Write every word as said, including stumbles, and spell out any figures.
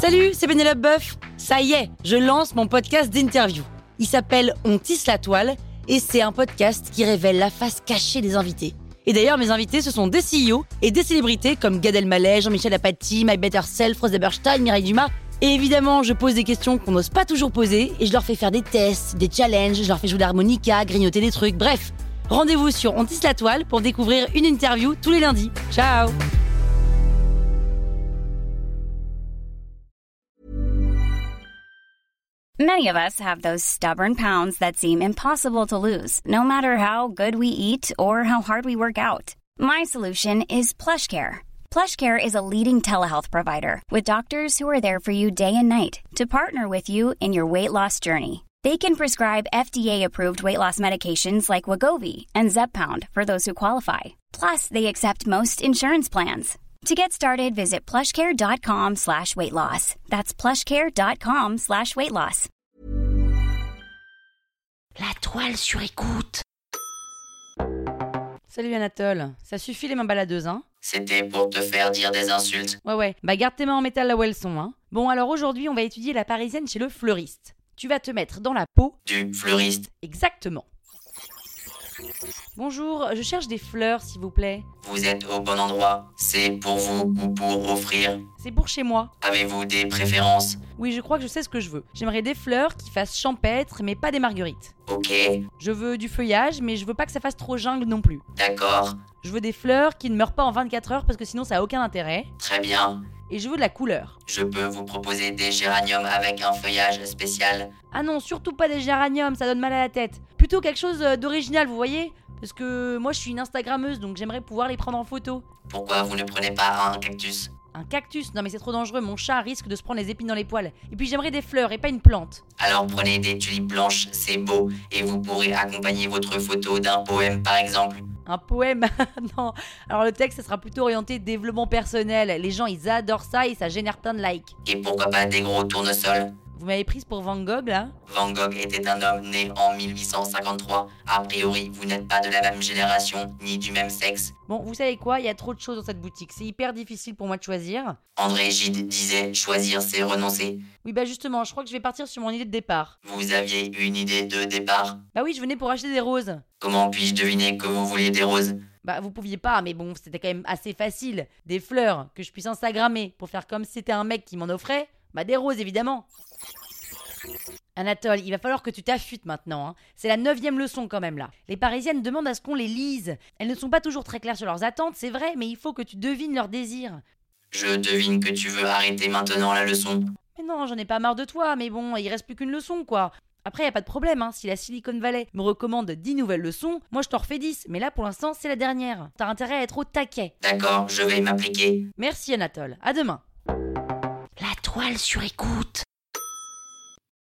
Salut, c'est Pénélope Boeuf. Ça y est, je lance mon podcast d'interview. Il s'appelle On tisse la toile et c'est un podcast qui révèle la face cachée des invités. Et d'ailleurs, mes invités, ce sont des C E O et des célébrités comme Gad Elmaleh, Jean-Michel Apathy, My Better Self, Rose Eberstein, Mireille Dumas. Et évidemment, je pose des questions qu'on n'ose pas toujours poser et je leur fais faire des tests, des challenges, je leur fais jouer l'harmonica, grignoter des trucs, bref. Rendez-vous sur On tisse la toile pour découvrir une interview tous les lundis. Ciao! Many of us have those stubborn pounds that seem impossible to lose, no matter how good we eat or how hard we work out. My solution is PlushCare. PlushCare is a leading telehealth provider with doctors who are there for you day and night to partner with you in your weight loss journey. They can prescribe F D A-approved weight loss medications like Wegovy and Zepbound for those who qualify. Plus, they accept most insurance plans. To get started, visit plushcare.com slash weight loss. That's plushcare.com slash weight loss. La toile sur écoute. Salut Anatole, ça suffit les mains baladeuses, hein? C'était pour te faire dire des insultes. Ouais ouais, bah garde tes mains en métal là où elles sont, hein. Bon alors aujourd'hui on va étudier la parisienne chez le fleuriste. Tu vas te mettre dans la peau... Du fleuriste. Exactement. Bonjour, je cherche des fleurs s'il vous plaît. Vous êtes au bon endroit. C'est pour vous ou pour offrir. C'est pour chez moi. Avez-vous des préférences? Oui, je crois que je sais ce que je veux. J'aimerais des fleurs qui fassent champêtre, mais pas des marguerites. Ok, Je veux du feuillage, mais je veux pas que ça fasse trop jungle non plus. d'accord, Je veux des fleurs qui ne meurent pas en vingt-quatre heures parce que sinon ça a aucun intérêt. très bien. Et je veux de la couleur. Je peux vous proposer des géraniums avec un feuillage spécial. Ah non, surtout pas des géraniums, ça donne mal à la tête. Plutôt quelque chose euh, d'original, vous voyez? Parce que moi je suis une Instagrammeuse, donc j'aimerais pouvoir les prendre en photo. Pourquoi vous ne prenez pas un cactus? Un cactus? Non mais c'est trop dangereux, mon chat risque de se prendre les épines dans les poils. Et puis j'aimerais des fleurs et pas une plante. Alors prenez des tulipes blanches, c'est beau, et vous pourrez accompagner votre photo d'un poème par exemple. Un poème? Non. Alors le texte, ça sera plutôt orienté développement personnel. Les gens, ils adorent ça et ça génère plein de likes. Et pourquoi pas des gros tournesols? Vous m'avez prise pour Van Gogh, là? Van Gogh était un homme né en mille huit cent cinquante-trois. A priori, vous n'êtes pas de la même génération, ni du même sexe. Bon, vous savez quoi? Il y a trop de choses dans cette boutique. C'est hyper difficile pour moi de choisir. André Gide disait « choisir, c'est renoncer ». Oui, bah justement, je crois que je vais partir sur mon idée de départ. Vous aviez une idée de départ? Bah oui, je venais pour acheter des roses. Comment puis-je deviner que vous vouliez des roses? Bah vous pouviez pas, mais bon, c'était quand même assez facile. Des fleurs que je puisse instagrammer pour faire comme si c'était un mec qui m'en offrait. Bah des roses, évidemment. Anatole, il va falloir que tu t'affûtes maintenant, hein. C'est la neuvième leçon quand même là. Les Parisiennes demandent à ce qu'on les lise. Elles ne sont pas toujours très claires sur leurs attentes, c'est vrai, mais il faut que tu devines leurs désirs. Je devine que tu veux arrêter maintenant la leçon. Mais non, j'en ai pas marre de toi, mais bon, il reste plus qu'une leçon quoi. Après, y a pas de problème, hein. Si la Silicon Valley me recommande dix nouvelles leçons, moi je t'en refais dix, mais là pour l'instant c'est la dernière. T'as intérêt à être au taquet. D'accord, je vais m'appliquer. Merci Anatole, à demain. La toile sur écoute.